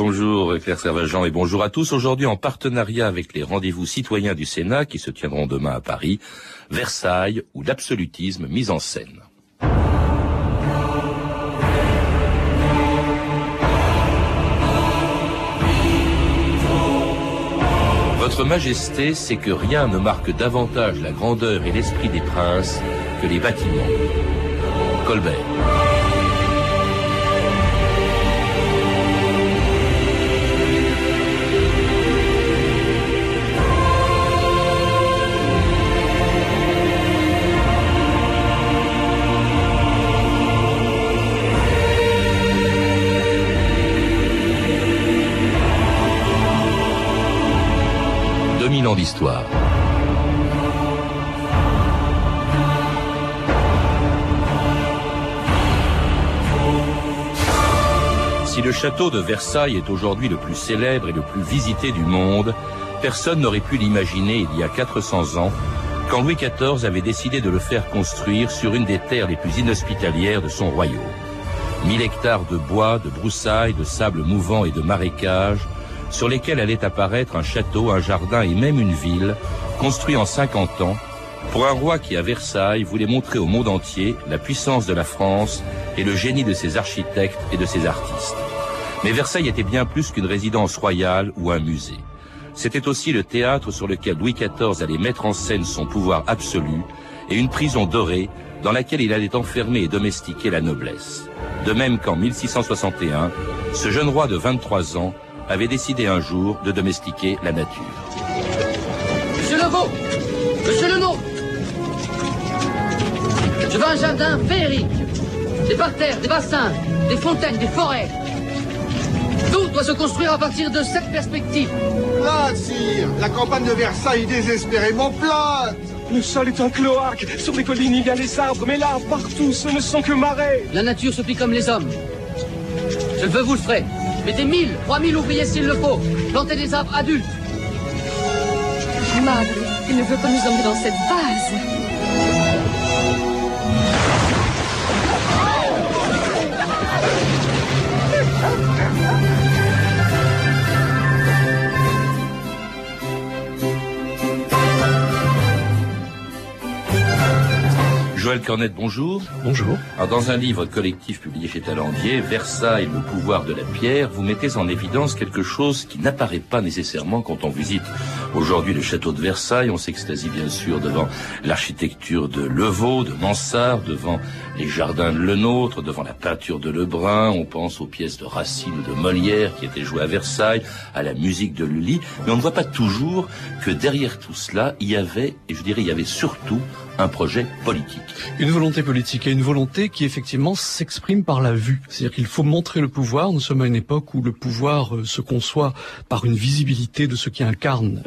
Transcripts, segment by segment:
Bonjour Claire Servaljean et bonjour à tous. Aujourd'hui en partenariat avec les rendez-vous citoyens du Sénat qui se tiendront demain à Paris, Versailles ou l'absolutisme mis en scène. Votre Majesté sait que rien ne marque davantage la grandeur et l'esprit des princes que les bâtiments. Colbert. Dominant d'histoire. Si le château de Versailles est aujourd'hui le plus célèbre et le plus visité du monde, personne n'aurait pu l'imaginer il y a 400 ans, quand Louis XIV avait décidé de le faire construire sur une des terres les plus inhospitalières de son royaume. 1000 hectares de bois, de broussailles, de sable mouvant et de marécages, sur lesquels allait apparaître un château, un jardin et même une ville, construit en 50 ans, pour un roi qui, à Versailles, voulait montrer au monde entier la puissance de la France et le génie de ses architectes et de ses artistes. Mais Versailles était bien plus qu'une résidence royale ou un musée. C'était aussi le théâtre sur lequel Louis XIV allait mettre en scène son pouvoir absolu et une prison dorée dans laquelle il allait enfermer et domestiquer la noblesse. De même qu'en 1661, ce jeune roi de 23 ans avait décidé un jour de domestiquer la nature. Monsieur Leveau, Monsieur Lenôtre, je veux un jardin féerique, des parterres, des bassins, des fontaines, des forêts. Tout doit se construire à partir de cette perspective. Plate, sire. La campagne de Versailles est désespérément plate. Le sol est un cloaque. Sur les collines, il y a les arbres, mais là, partout, ce ne sont que marais. La nature se plie comme les hommes. Je le veux, vous le ferez. Mettez 1000, 3000 ouvriers s'il le faut. Plantez des arbres adultes. Madre, il ne veut pas nous emmener dans cette vase. Joël Cornette, bonjour. Bonjour. Alors, dans un livre collectif publié chez Talandier, Versailles, le pouvoir de la pierre, vous mettez en évidence quelque chose qui n'apparaît pas nécessairement quand on visite aujourd'hui le château de Versailles. On s'extasie bien sûr devant l'architecture de Levau, de Mansart, devant les jardins de Lenôtre, devant la peinture de Lebrun. On pense aux pièces de Racine ou de Molière qui étaient jouées à Versailles, à la musique de Lully. Mais on ne voit pas toujours que derrière tout cela, il y avait, et je dirais, il y avait surtout un projet politique. Une volonté politique et une volonté qui effectivement s'exprime par la vue. C'est-à-dire qu'il faut montrer le pouvoir. Nous sommes à une époque où le pouvoir se conçoit par une visibilité de ce qui incarne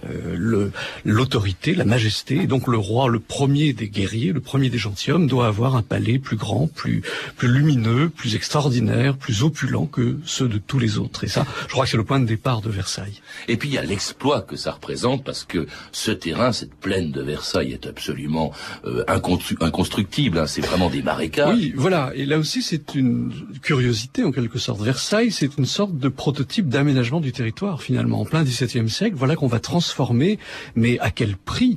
l'autorité, la majesté. Et donc le roi, le premier des guerriers, le premier des gentilshommes, doit avoir un palais plus grand, plus lumineux, plus extraordinaire, plus opulent que ceux de tous les autres. Et ça, je crois que c'est le point de départ de Versailles. Et puis il y a l'exploit que ça représente, parce que ce terrain, cette plaine de Versailles est absolument inconstructible, hein. C'est vraiment des marécages. Oui, voilà. Et là aussi, c'est une curiosité, en quelque sorte. Versailles, c'est une sorte de prototype d'aménagement du territoire, finalement. En plein XVIIe siècle, voilà qu'on va transformer, mais à quel prix,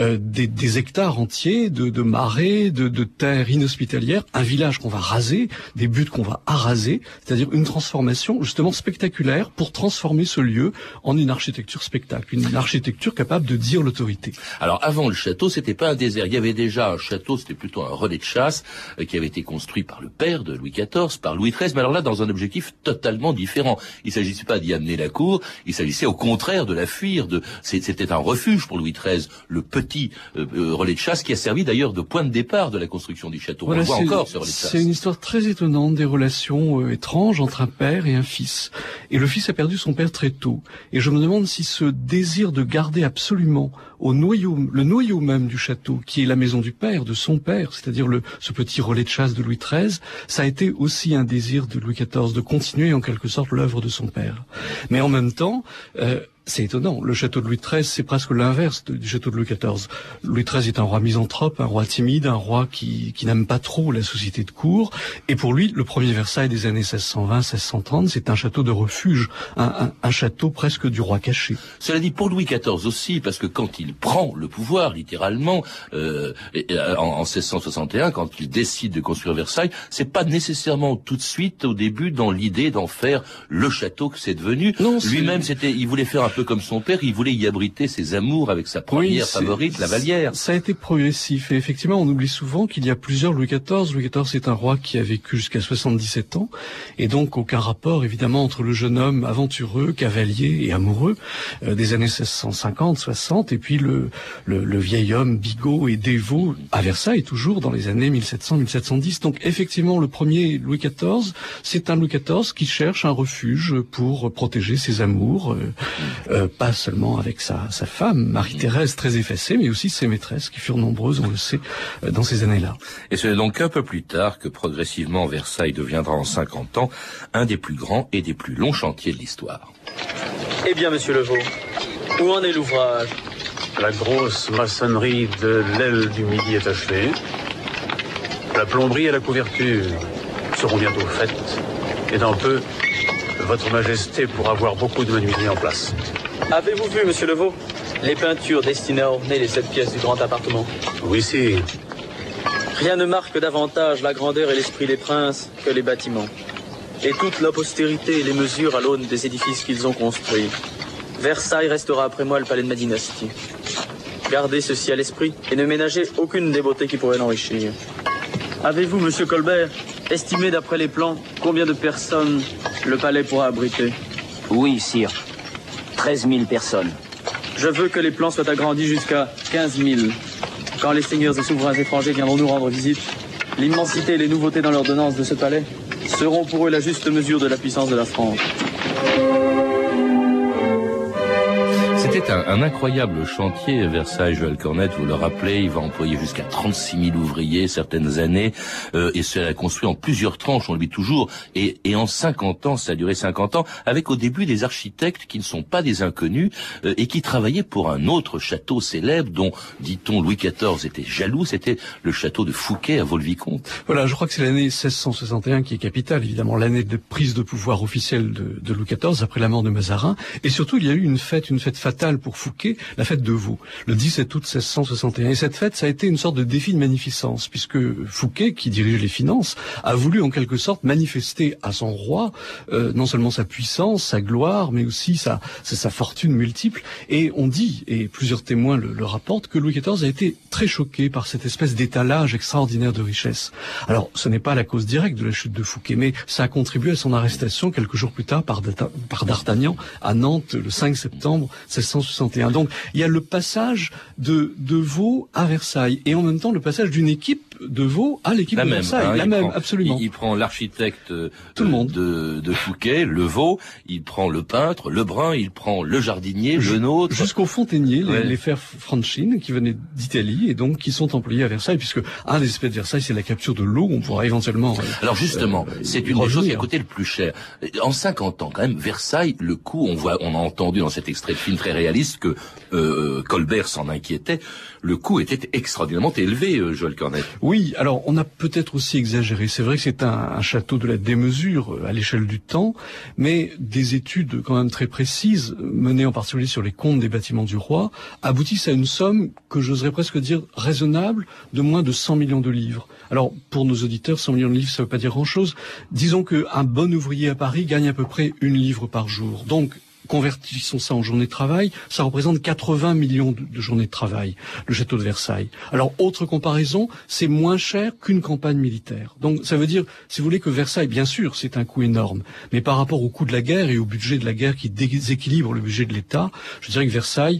des hectares entiers de marais, de terres inhospitalières, un village qu'on va raser, des buttes qu'on va araser, c'est-à-dire une transformation, justement, spectaculaire pour transformer ce lieu en une architecture spectacle, une architecture capable de dire l'autorité. Alors, avant le château, c'était pas un désert. Il y avait déjà un château, c'était plutôt un relais de chasse qui avait été construit par le père de Louis XIV, par Louis XIII, mais alors là, dans un objectif totalement différent. Il s'agissait pas d'y amener la cour, il s'agissait au contraire de la fuir. C'était un refuge pour Louis XIII, le petit relais de chasse qui a servi d'ailleurs de point de départ de la construction du château. Voilà, on le voit encore, ce relais de chasse. C'est une histoire très étonnante des relations étranges entre un père et un fils. Et le fils a perdu son père très tôt. Et je me demande si ce désir de garder absolument le noyau même du château, qui est la maison du père, de son père, c'est-à-dire ce petit relais de chasse de Louis XIII, ça a été aussi un désir de Louis XIV de continuer en quelque sorte l'œuvre de son père. Mais en même temps, c'est étonnant. Le château de Louis XIII, c'est presque l'inverse du château de Louis XIV. Louis XIII est un roi misanthrope, un roi timide, un roi qui n'aime pas trop la société de cour. Et pour lui, le premier Versailles des années 1620-1630, c'est un château de refuge, un château presque du roi caché. Cela dit, pour Louis XIV aussi, parce que quand il prend le pouvoir, littéralement, en 1661, quand il décide de construire Versailles, c'est pas nécessairement tout de suite, au début, dans l'idée d'en faire le château que c'est devenu. Non, lui-même, il voulait faire un peu comme son père, il voulait y abriter ses amours avec sa première favorite, la Vallière. Ça a été progressif, et effectivement, on oublie souvent qu'il y a plusieurs Louis XIV. Louis XIV, c'est un roi qui a vécu jusqu'à 77 ans, et donc aucun rapport, évidemment, entre le jeune homme aventureux, cavalier et amoureux des années 1650-60, et puis le vieil homme bigot et dévot à Versailles, toujours dans les années 1700-1710. Donc, effectivement, le premier Louis XIV, c'est un Louis XIV qui cherche un refuge pour protéger ses amours, pas seulement avec sa femme, Marie-Thérèse, très effacée, mais aussi ses maîtresses, qui furent nombreuses, on le sait, dans ces années-là. Et c'est donc un peu plus tard que progressivement Versailles deviendra en 50 ans un des plus grands et des plus longs chantiers de l'histoire. Eh bien, monsieur Levaux, où en est l'ouvrage? La grosse maçonnerie de l'aile du Midi est achevée. La plomberie et la couverture seront bientôt faites. Et dans peu, votre Majesté pourra avoir beaucoup de menuiserie en place. Avez-vous vu, monsieur Levaux, les peintures destinées à orner les 7 pièces du grand appartement? Oui, si. Rien ne marque davantage la grandeur et l'esprit des princes que les bâtiments. Et toute la postérité les mesure à l'aune des édifices qu'ils ont construits. Versailles restera après moi le palais de ma dynastie. Gardez ceci à l'esprit et ne ménagez aucune des beautés qui pourraient l'enrichir. Avez-vous, monsieur Colbert, estimé d'après les plans combien de personnes le palais pourra abriter? Oui, sire. 13 000 personnes. Je veux que les plans soient agrandis jusqu'à 15 000. Quand les seigneurs et souverains étrangers viendront nous rendre visite, l'immensité et les nouveautés dans l'ordonnance de ce palais seront pour eux la juste mesure de la puissance de la France. C'était un incroyable chantier, Versailles. Joël Cornette, vous le rappelez, il va employer jusqu'à 36 000 ouvriers certaines années, et cela a construit en plusieurs tranches, on le dit toujours, et en 50 ans, ça a duré 50 ans, avec au début des architectes qui ne sont pas des inconnus, et qui travaillaient pour un autre château célèbre dont, dit-on, Louis XIV était jaloux, c'était le château de Fouquet à Vaux-le-Vicomte. Voilà, je crois que c'est l'année 1661 qui est capitale, évidemment, l'année de prise de pouvoir officielle de Louis XIV après la mort de Mazarin, et surtout il y a eu une fête fatale pour Fouquet, la fête de Vaux, le 17 août 1661. Et cette fête, ça a été une sorte de défi de magnificence, puisque Fouquet, qui dirige les finances, a voulu en quelque sorte manifester à son roi non seulement sa puissance, sa gloire, mais aussi sa fortune multiple. Et on dit, et plusieurs témoins le rapportent, que Louis XIV a été très choqué par cette espèce d'étalage extraordinaire de richesse. Alors, ce n'est pas la cause directe de la chute de Fouquet, mais ça a contribué à son arrestation quelques jours plus tard par D'Artagnan à Nantes le 5 septembre 1661. Donc, il y a le passage de Vaux à Versailles et en même temps le passage d'une équipe de Vaux à l'équipe de Versailles. Absolument. Il prend l'architecte tout le monde de Fouquet, le Vaux, il prend le peintre, le brun, il prend le jardinier, le nôtre. Jusqu'au fontainier, les frères Franchine qui venaient d'Italie et donc qui sont employés à Versailles, puisque un des aspects de Versailles, c'est la capture de l'eau. On pourra éventuellement... Alors justement, c'est une des choses qui a coûté le plus cher. En 50 ans, quand même, Versailles, le coût, on a entendu dans cet extrait de film très réaliste que Colbert s'en inquiétait, le coût était extraordinairement élevé, Joël Cornette. Oui, alors on a peut-être aussi exagéré. C'est vrai que c'est un château de la démesure à l'échelle du temps, mais des études quand même très précises, menées en particulier sur les comptes des bâtiments du roi, aboutissent à une somme que j'oserais presque dire raisonnable, de moins de 100 millions de livres. Alors, pour nos auditeurs, 100 millions de livres, ça veut pas dire grand-chose. Disons qu'un bon ouvrier à Paris gagne à peu près 1 livre par jour. Donc, convertissons ça en journée de travail, ça représente 80 millions de journées de travail, le château de Versailles. Alors, autre comparaison, c'est moins cher qu'une campagne militaire. Donc, ça veut dire, si vous voulez, que Versailles, bien sûr, c'est un coût énorme, mais par rapport au coût de la guerre et au budget de la guerre qui déséquilibre le budget de l'État, je dirais que Versailles,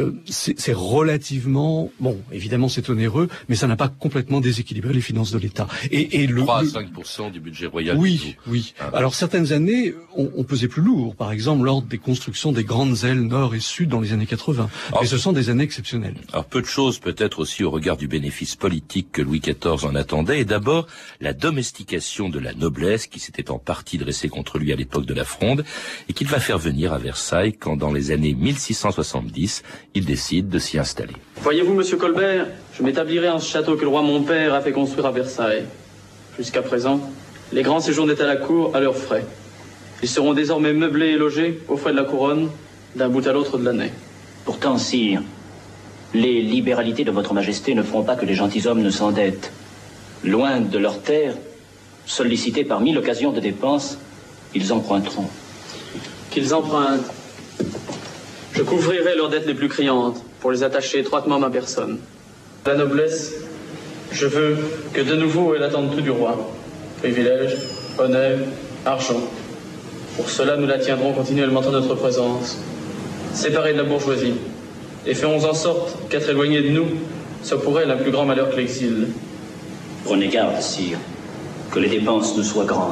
c'est relativement, bon, évidemment, c'est onéreux, mais ça n'a pas complètement déséquilibré les finances de l'État. Et 3 à 5% du budget royal. Oui. Alors, certaines années, on pesait plus lourd. Par exemple, lors des construction des grandes ailes nord et sud dans les années 80. Et ce sont des années exceptionnelles. Alors peu de choses peut-être aussi au regard du bénéfice politique que Louis XIV en attendait, et d'abord la domestication de la noblesse qui s'était en partie dressée contre lui à l'époque de la Fronde, et qu'il va faire venir à Versailles quand dans les années 1670, il décide de s'y installer. Voyez-vous, monsieur Colbert, je m'établirai en ce château que le roi mon père a fait construire à Versailles. Jusqu'à présent, les grands séjournaient à la cour à leurs frais. Ils seront désormais meublés et logés aux frais de la couronne, d'un bout à l'autre de l'année. Pourtant, sire, les libéralités de votre majesté ne feront pas que les gentilshommes ne s'endettent. Loin de leurs terres, sollicités par 1000 occasions de dépenses, ils emprunteront. Qu'ils empruntent. Je couvrirai leurs dettes les plus criantes pour les attacher étroitement à ma personne. La noblesse, je veux que de nouveau elle attende tout du roi. Privilèges, honneur, argent. Pour cela, nous la tiendrons continuellement en notre présence, séparée de la bourgeoisie, et ferons en sorte qu'être éloignée de nous soit pour elle un plus grand malheur que l'exil. Prenez garde, sire, que les dépenses ne soient grandes.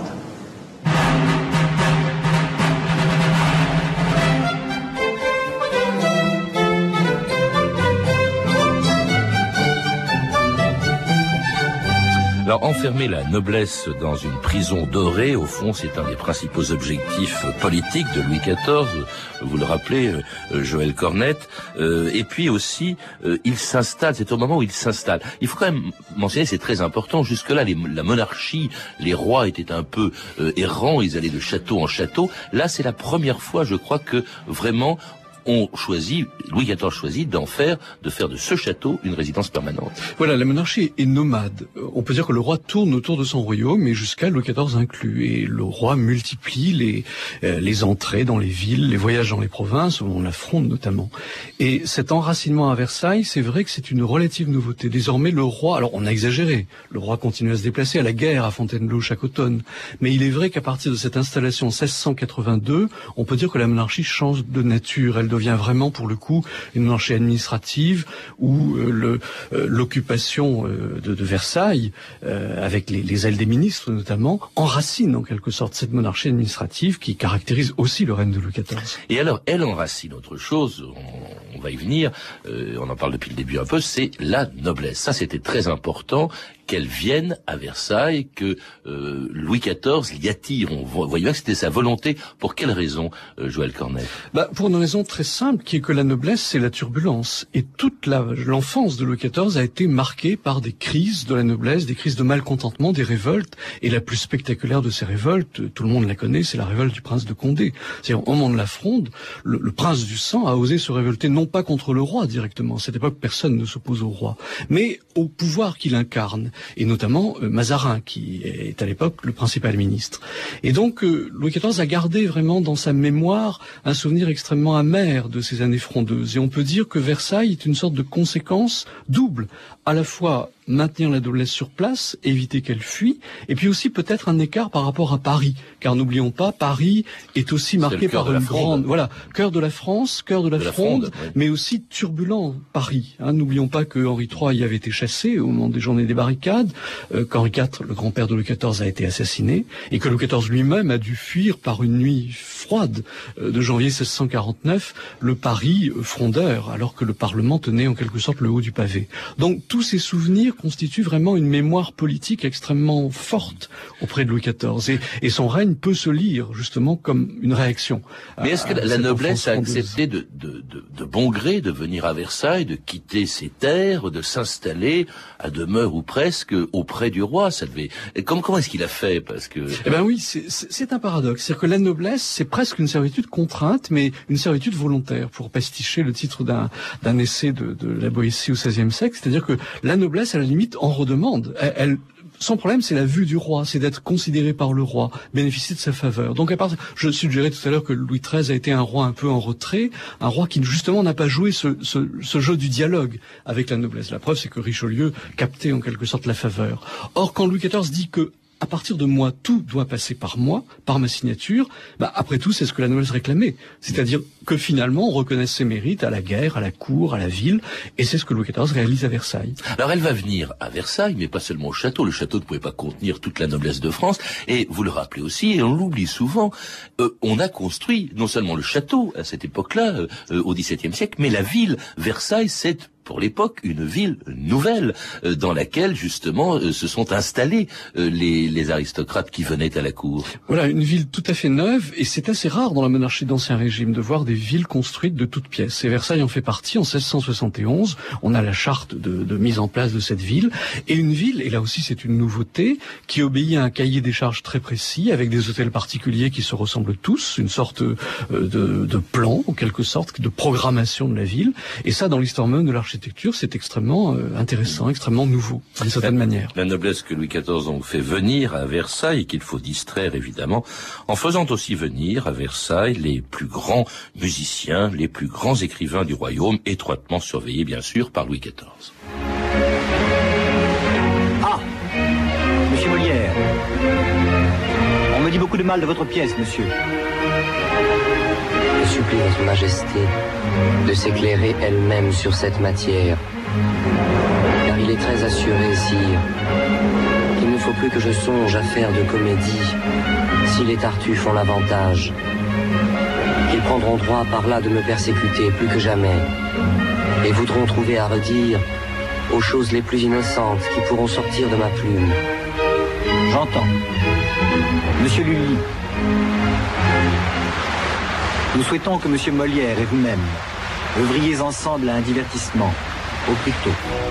Alors, enfermer la noblesse dans une prison dorée, au fond, c'est un des principaux objectifs politiques de Louis XIV, vous le rappelez, Joël Cornette, et puis aussi, il s'installe, c'est au moment où il s'installe. Il faut quand même mentionner, c'est très important, jusque-là, la monarchie, les rois étaient un peu errants, ils allaient de château en château. Là, c'est la première fois, je crois, que vraiment, Louis XIV choisit de faire de ce château une résidence permanente. Voilà, la monarchie est nomade. On peut dire que le roi tourne autour de son royaume, mais jusqu'à Louis XIV inclus. Et le roi multiplie les entrées dans les villes, les voyages dans les provinces, où on la Fronde notamment. Et cet enracinement à Versailles, c'est vrai que c'est une relative nouveauté. Désormais, le roi, alors on a exagéré, le roi continue à se déplacer à la guerre à Fontainebleau chaque automne. Mais il est vrai qu'à partir de cette installation en 1682, on peut dire que la monarchie change de nature. Elle devient vraiment, pour le coup, une monarchie administrative où l'occupation de Versailles, avec les ailes des ministres notamment, enracine en quelque sorte cette monarchie administrative qui caractérise aussi le règne de Louis XIV. Et alors, elle enracine autre chose, on va y venir, on en parle depuis le début un peu, c'est la noblesse. Ça, c'était très important qu'elle vienne à Versailles, que Louis XIV l'y attire. On voyait bien que c'était sa volonté. Pour quelle raison, Joël Cornette ? Pour une raison très simple, qui est que la noblesse, c'est la turbulence. Et toute l'enfance de Louis XIV a été marquée par des crises de la noblesse, des crises de malcontentement, des révoltes. Et la plus spectaculaire de ces révoltes, tout le monde la connaît, c'est la révolte du prince de Condé. C'est-à-dire, au moment de la Fronde, le prince du sang a osé se révolter non pas contre le roi directement. À cette époque, personne ne s'oppose au roi, mais au pouvoir qu'il incarne. Et notamment Mazarin, qui est à l'époque le principal ministre. Et donc, Louis XIV a gardé vraiment dans sa mémoire un souvenir extrêmement amer de ces années frondeuses. Et on peut dire que Versailles est une sorte de conséquence double, à la fois maintenir la noblesse sur place, éviter qu'elle fuit, et puis aussi peut-être un écart par rapport à Paris, car n'oublions pas, Paris est aussi marqué par une grande, cœur de la France, cœur de la Fronde, oui. Mais aussi turbulent Paris. N'oublions pas que Henri III y avait été chassé au moment des journées des barricades, qu'Henri IV, le grand-père de Louis XIV, a été assassiné, et que Louis XIV lui-même a dû fuir par une nuit froide de janvier 1649 le Paris frondeur, alors que le Parlement tenait en quelque sorte le haut du pavé. Donc tous ces souvenirs constitue vraiment une mémoire politique extrêmement forte auprès de Louis XIV. Et son règne peut se lire justement comme une réaction. Mais est-ce que la noblesse a accepté de bon gré de venir à Versailles, de quitter ses terres, de s'installer à demeure ou presque auprès du roi? Ça devait... Comment est-ce qu'il a fait? Parce que... Eh ben oui, c'est un paradoxe. C'est-à-dire que la noblesse, c'est presque une servitude contrainte, mais une servitude volontaire, pour pasticher le titre d'un essai de la Boétie au XVIe siècle. C'est-à-dire que la noblesse, à la limite, en redemande. Son problème, c'est la vue du roi, c'est d'être considéré par le roi, bénéficier de sa faveur. Donc, je suggérais tout à l'heure que Louis XIII a été un roi un peu en retrait, un roi qui justement n'a pas joué ce jeu du dialogue avec la noblesse. La preuve, c'est que Richelieu captait en quelque sorte la faveur. Or, quand Louis XIV dit que à partir de moi, tout doit passer par moi, par ma signature, après tout, c'est ce que la noblesse réclamait. C'est-à-dire que finalement, on reconnaisse ses mérites à la guerre, à la cour, à la ville, et c'est ce que Louis XIV réalise à Versailles. Alors elle va venir à Versailles, mais pas seulement au château. Le château ne pouvait pas contenir toute la noblesse de France, et vous le rappelez aussi, et on l'oublie souvent, on a construit non seulement le château à cette époque-là, au XVIIe siècle, mais la ville. Versailles, c'est pour l'époque une ville nouvelle dans laquelle justement se sont installés les aristocrates qui venaient à la cour. Voilà, une ville tout à fait neuve, et c'est assez rare dans la monarchie d'Ancien Régime de voir des villes construites de toutes pièces. Et Versailles en fait partie. En 1671, on a la charte de mise en place de cette ville, et une ville, et là aussi c'est une nouveauté, qui obéit à un cahier des charges très précis, avec des hôtels particuliers qui se ressemblent tous, une sorte de plan, en quelque sorte, de programmation de la ville. Et ça, dans l'histoire même de l'architecture, c'est extrêmement intéressant, extrêmement nouveau, d'une certaine manière. La noblesse que Louis XIV donc fait venir à Versailles, et qu'il faut distraire évidemment, en faisant aussi venir à Versailles les plus grands musiciens, les plus grands écrivains du royaume, étroitement surveillés bien sûr par Louis XIV. Ah, Monsieur Molière, on me dit beaucoup de mal de votre pièce, monsieur. Je supplie votre majesté de s'éclairer elle-même sur cette matière, car il est très assuré, sire, qu'il ne faut plus que je songe à faire de comédie si les Tartuffes ont l'avantage, qu'ils prendront droit par là de me persécuter plus que jamais, et voudront trouver à redire aux choses les plus innocentes qui pourront sortir de ma plume. J'entends. Monsieur Lully, nous souhaitons que Monsieur Molière et vous-même œuvriez ensemble à un divertissement, au plus tôt.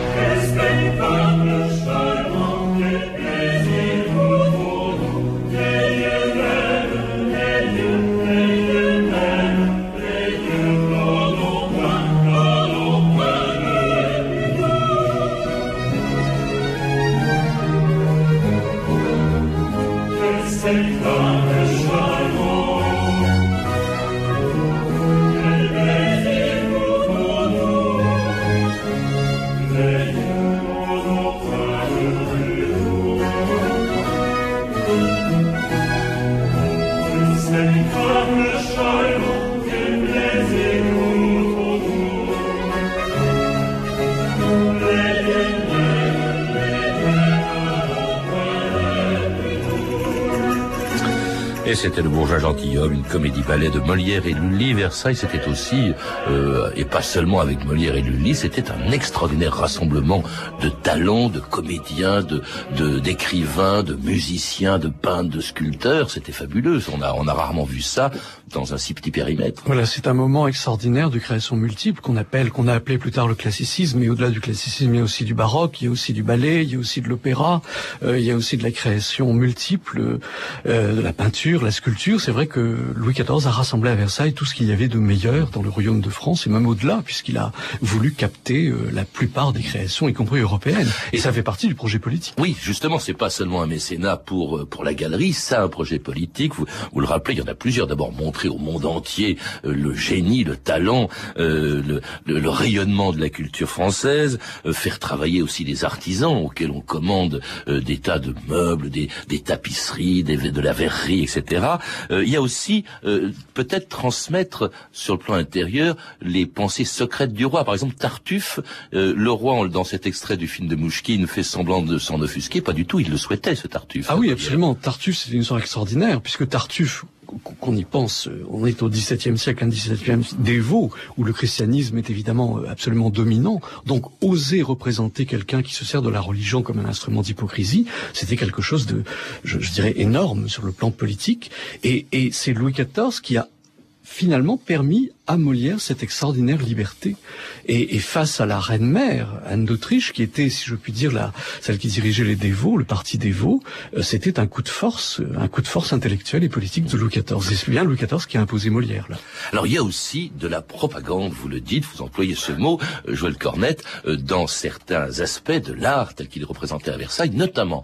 Et c'était Le Bourgeois Gentilhomme, une comédie-ballet de Molière et Lully. Versailles, c'était aussi, et pas seulement avec Molière et Lully, c'était un extraordinaire rassemblement de talents, de comédiens, d'écrivains, de musiciens, de peintres, de sculpteurs. C'était fabuleux. On a rarement vu ça dans un si petit périmètre. Voilà, c'est un moment extraordinaire de création multiple qu'on a appelé plus tard le classicisme. Et au-delà du classicisme, il y a aussi du baroque, il y a aussi du ballet, il y a aussi de l'opéra, il y a aussi de la création multiple, de la peinture, la sculpture. C'est vrai que Louis XIV a rassemblé à Versailles tout ce qu'il y avait de meilleur dans le royaume de France, et même au-delà, puisqu'il a voulu capter la plupart des créations, y compris européennes. Et ça fait partie du projet politique. Oui, justement, c'est pas seulement un mécénat pour la galerie, c'est un projet politique. Vous le rappelez, il y en a plusieurs. D'abord, montrer au monde entier le génie, le talent, le rayonnement de la culture française, faire travailler aussi les artisans auxquels on commande des tas de meubles, des tapisseries, de la verrerie, etc. Il y a aussi peut-être transmettre sur le plan intérieur les pensées secrètes du roi. Par exemple, Tartuffe, le roi, dans cet extrait du film de Mouchkine, fait semblant de s'en offusquer. Pas du tout, il le souhaitait, ce Tartuffe. Ah oui, absolument. Tartuffe, c'est une histoire extraordinaire, puisque Tartuffe, qu'on y pense, on est au XVIIe siècle, un XVIIe dévot, où le christianisme est évidemment absolument dominant. Donc, oser représenter quelqu'un qui se sert de la religion comme un instrument d'hypocrisie, c'était quelque chose de, je dirais, énorme sur le plan politique. Et c'est Louis XIV qui a finalement permis à Molière cette extraordinaire liberté. Et face à la reine-mère, Anne d'Autriche, qui était, si je puis dire, celle qui dirigeait les dévots, le parti dévot, c'était un coup de force intellectuelle et politique de Louis XIV. Et c'est bien Louis XIV qui a imposé Molière, là. Alors, il y a aussi de la propagande, vous le dites, vous employez ce mot, Joël Cornette, dans certains aspects de l'art tel qu'il est représenté à Versailles, notamment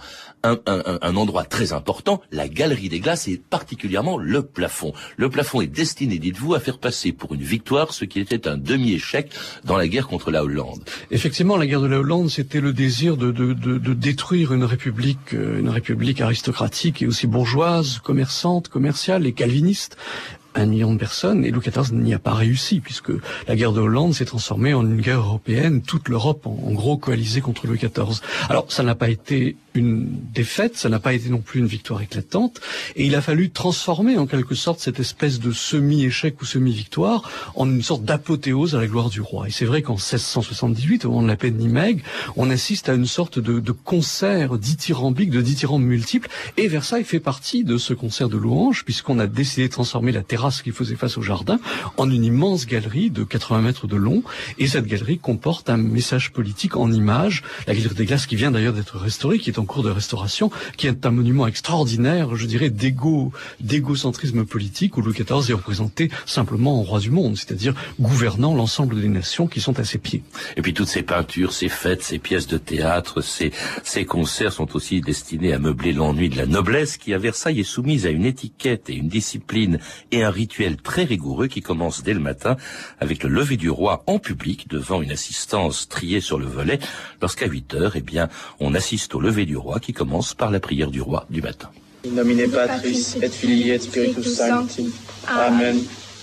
un endroit très important, la Galerie des Glaces, et particulièrement le plafond. Le plafond est destiné, dites-vous, à faire passer pour pour une victoire, ce qui était un demi-échec dans la guerre contre la Hollande. Effectivement, la guerre de la Hollande, c'était le désir de détruire une république aristocratique et aussi bourgeoise, commerciale et calviniste. 1 million de personnes, et Louis XIV n'y a pas réussi, puisque la guerre de Hollande s'est transformée en une guerre européenne, toute l'Europe en gros coalisée contre Louis XIV. Alors, ça n'a pas été une défaite, ça n'a pas été non plus une victoire éclatante, et il a fallu transformer en quelque sorte cette espèce de semi-échec ou semi-victoire en une sorte d'apothéose à la gloire du roi. Et c'est vrai qu'en 1678, au moment de la paix de Nimègue, on assiste à une sorte de concert dithyrambique, de dithyrambes multiples, et Versailles fait partie de ce concert de louanges, puisqu'on a décidé de transformer la terrasse qui faisait face au jardin en une immense galerie de 80 mètres de long, et cette galerie comporte un message politique en images, la galerie des glaces qui vient d'ailleurs d'être restaurée, qui est en cours de restauration, qui est un monument extraordinaire, je dirais, d'égocentrisme politique, où Louis XIV est représenté simplement en roi du monde, c'est-à-dire gouvernant l'ensemble des nations qui sont à ses pieds. Et puis toutes ces peintures, ces fêtes, ces pièces de théâtre, ces concerts sont aussi destinés à meubler l'ennui de la noblesse qui, à Versailles, est soumise à une étiquette et une discipline et un rituel très rigoureux qui commence dès le matin avec le lever du roi en public devant une assistance triée sur le volet, lorsqu'à 8h, on assiste au lever du roi qui commence par la prière du roi du matin. In nomine Patris et Filii et Spiritus Sancti. Amen.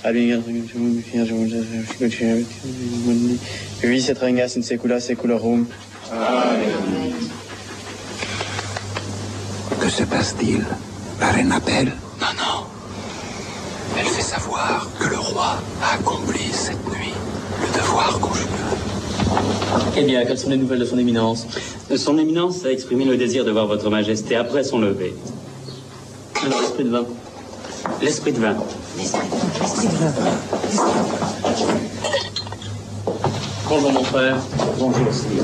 Vis et regnas in saecula saeculorum. Amen. Que se passe-t-il? La reine appelle? Non. Elle fait savoir que le roi a accompli cette nuit le devoir conjugal. Eh bien, quelles sont les nouvelles de son éminence? Son éminence a exprimé le désir de voir votre majesté après son lever. Alors, l'esprit de vin. L'esprit de vin. Bonjour mon frère. Bonjour, sire.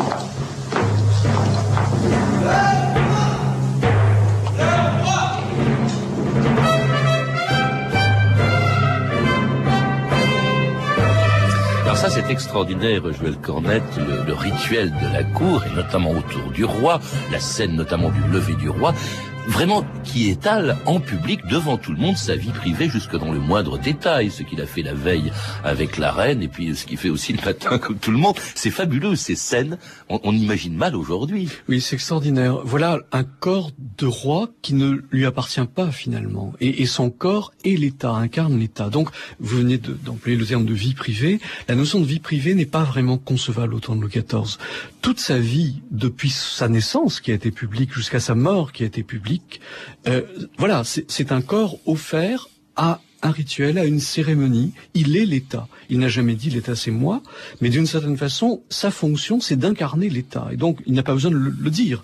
Alors ça, c'est extraordinaire, Joël Cornette, le rituel de la cour, et notamment autour du roi, la scène notamment du lever du roi, vraiment qui étale en public devant tout le monde sa vie privée jusque dans le moindre détail, ce qu'il a fait la veille avec la reine et puis ce qu'il fait aussi le matin comme tout le monde. C'est fabuleux ces scènes, on imagine mal aujourd'hui. Oui, c'est extraordinaire. Voilà un corps de roi qui ne lui appartient pas finalement, et son corps est l'État, incarne l'État. Donc vous venez d'employer le terme de vie privée. La notion de vie privée n'est pas vraiment concevable au temps de Louis XIV. Toute sa vie, depuis sa naissance qui a été publique jusqu'à sa mort qui a été publique, voilà, c'est un corps offert à un rituel, à une cérémonie. Il est l'État. Il n'a jamais dit l'État c'est moi, mais d'une certaine façon, sa fonction c'est d'incarner l'État. Et donc, il n'a pas besoin de le dire.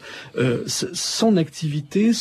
Son activité,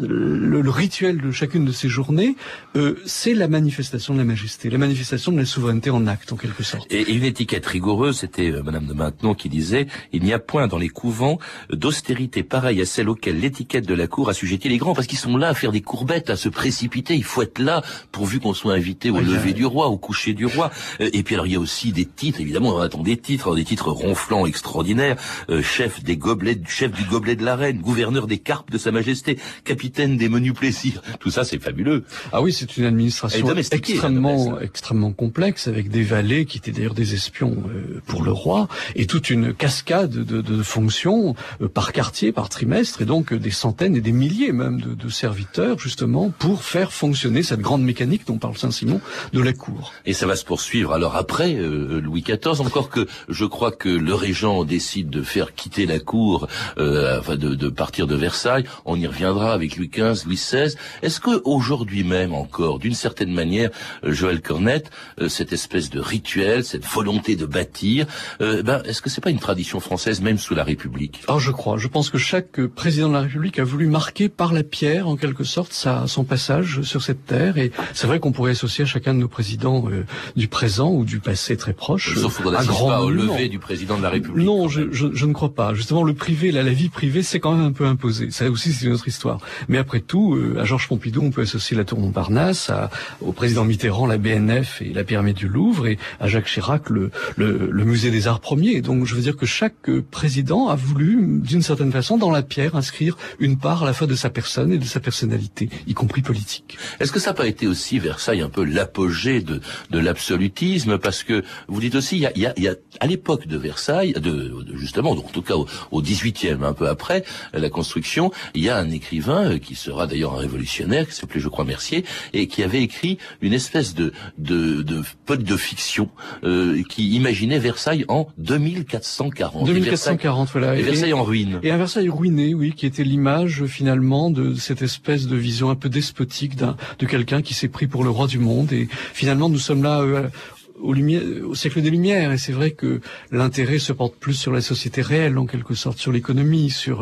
le rituel de chacune de ses journées, c'est la manifestation de la majesté, la manifestation de la souveraineté en acte, en quelque sorte. Et une étiquette rigoureuse, c'était Madame de Maintenon qui disait « Il n'y a point dans les couvents d'austérité pareille à celle auquel l'étiquette de la cour assujettit les grands, parce qu'ils sont là à faire des courbettes, à se précipiter. Il faut être là pourvu qu'on soit invité au lever du roi, au coucher du roi. Et puis alors il y a aussi des titres, évidemment on attend des titres ronflants extraordinaires, chef du gobelet de la reine, gouverneur des carpes de sa majesté, capitaine des menus plaisirs. Tout ça c'est fabuleux. Ah oui, c'est une administration extrêmement complexe, avec des valets qui étaient d'ailleurs des espions pour le roi, et toute une cascade de fonctions par quartier, par trimestre, et donc des centaines et des milliers même de serviteurs justement pour faire fonctionner cette grande mécanique dont parle Saint-Simon de la cour. Et ça va se poursuivre alors après Louis XIV, encore que je crois que le régent décide de faire quitter la cour, de partir de Versailles. On y reviendra avec Louis XV, Louis XVI. Est-ce que aujourd'hui même encore, d'une certaine manière, Joël Cornette, cette espèce de rituel, cette volonté de bâtir, est-ce que c'est pas une tradition française même sous la République? Alors je pense que chaque président de la République a voulu marquer par la pierre en quelque sorte son passage sur cette terre, et c'est vrai qu'on pourrait associer à chacun de nos présidents du présent ou du passé très proche sauf qu'on n'assiste pas au lever du président de la République. Non, je ne crois pas. Justement, le privé, la vie privée, c'est quand même un peu imposé. Ça aussi, c'est une autre histoire. Mais après tout, à Georges Pompidou, on peut associer la Tour Montparnasse, au président Mitterrand, la BNF et la pyramide du Louvre, et à Jacques Chirac, le musée des Arts Premiers. Donc, je veux dire que chaque président a voulu, d'une certaine façon, dans la pierre, inscrire une part à la fois de sa personne et de sa personnalité, y compris politique. Est-ce que ça n'a pas été aussi Versailles un peu l'apogée de l'absolutisme, parce que vous dites aussi, il y a à l'époque de Versailles, justement, en tout cas au 18e, un peu après la construction, il y a un écrivain qui sera d'ailleurs un révolutionnaire, qui s'appelait, je crois, Mercier, et qui avait écrit une espèce de fiction qui imaginait Versailles en 2440. 2440, voilà. Et Versailles en ruine. Et un Versailles ruiné, oui, qui était l'image finalement de cette espèce de vision un peu despotique de quelqu'un qui s'est pris pour le roi du monde. Et finalement, nous sommes là au siècle des Lumières, et c'est vrai que l'intérêt se porte plus sur la société réelle, en quelque sorte, sur l'économie, sur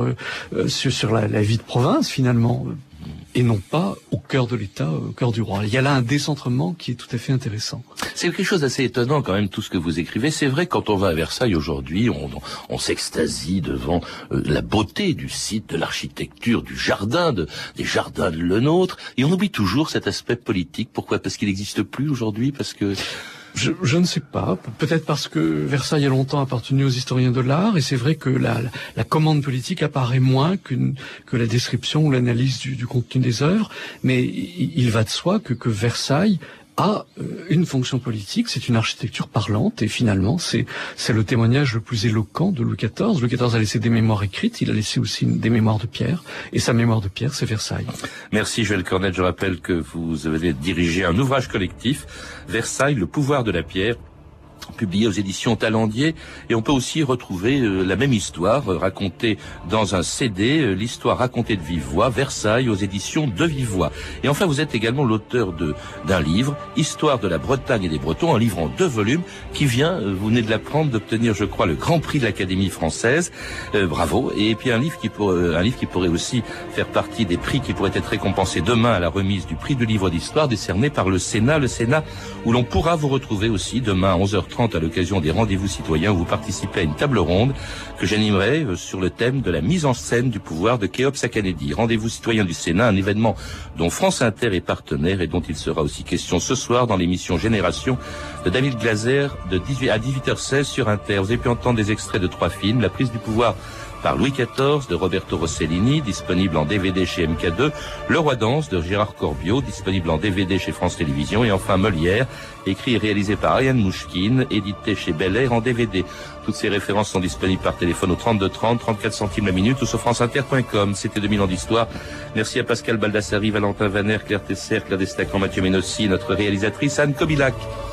la vie de province finalement, et non pas au cœur de l'État, au cœur du roi. Il y a là un décentrement qui est tout à fait intéressant. C'est quelque chose d'assez étonnant quand même, tout ce que vous écrivez. C'est vrai, quand on va à Versailles aujourd'hui, on s'extasie devant la beauté du site, de l'architecture, du jardin, des jardins de Le Nôtre, et on oublie toujours cet aspect politique. Pourquoi? Parce qu'il n'existe plus aujourd'hui? Parce que... Je ne sais pas. Peut-être parce que Versailles a longtemps appartenu aux historiens de l'art, et c'est vrai que la commande politique apparaît moins que la description ou l'analyse du contenu des œuvres. Mais il va de soi que Versailles a une fonction politique, c'est une architecture parlante, et finalement c'est le témoignage le plus éloquent de Louis XIV. Louis XIV a laissé des mémoires écrites, il a laissé aussi des mémoires de pierre, et sa mémoire de pierre, c'est Versailles. Merci Joël Cornette. Je rappelle que vous avez dirigé un ouvrage collectif, Versailles, le pouvoir de la pierre, publié aux éditions Talendier, et on peut aussi retrouver la même histoire racontée dans un CD, l'histoire racontée de vive voix, Versailles aux éditions de vive voix. Et enfin, vous êtes également l'auteur d'un livre, Histoire de la Bretagne et des Bretons, un livre en 2 volumes qui vient, vous venez de l'apprendre, d'obtenir, je crois, le Grand Prix de l'Académie française. Bravo. Et puis un livre qui pourrait aussi faire partie des prix qui pourraient être récompensés demain à la remise du prix du livre d'histoire décerné par le Sénat où l'on pourra vous retrouver aussi demain à 11h30 à l'occasion des rendez-vous citoyens où vous participez à une table ronde que j'animerai sur le thème de la mise en scène du pouvoir de Khéops à Kennedy. Rendez-vous citoyens du Sénat, un événement dont France Inter est partenaire et dont il sera aussi question ce soir dans l'émission Génération de David Glaser à 18h16 sur Inter. Vous avez pu entendre des extraits de 3 films, La prise du pouvoir par Louis XIV de Roberto Rossellini, disponible en DVD chez MK2, Le Roi Danse de Gérard Corbiot, disponible en DVD chez France Télévisions, et enfin Molière, écrit et réalisé par Ariane Mouchkine, édité chez Bel Air en DVD. Toutes ces références sont disponibles par téléphone au 32 30, 34 centimes la minute ou sur franceinter.com. C'était 2000 ans d'histoire. Merci à Pascal Baldassari, Valentin Vaner, Claire Tesser, Claire Destacan, Mathieu Ménossi, notre réalisatrice Anne Kobilac.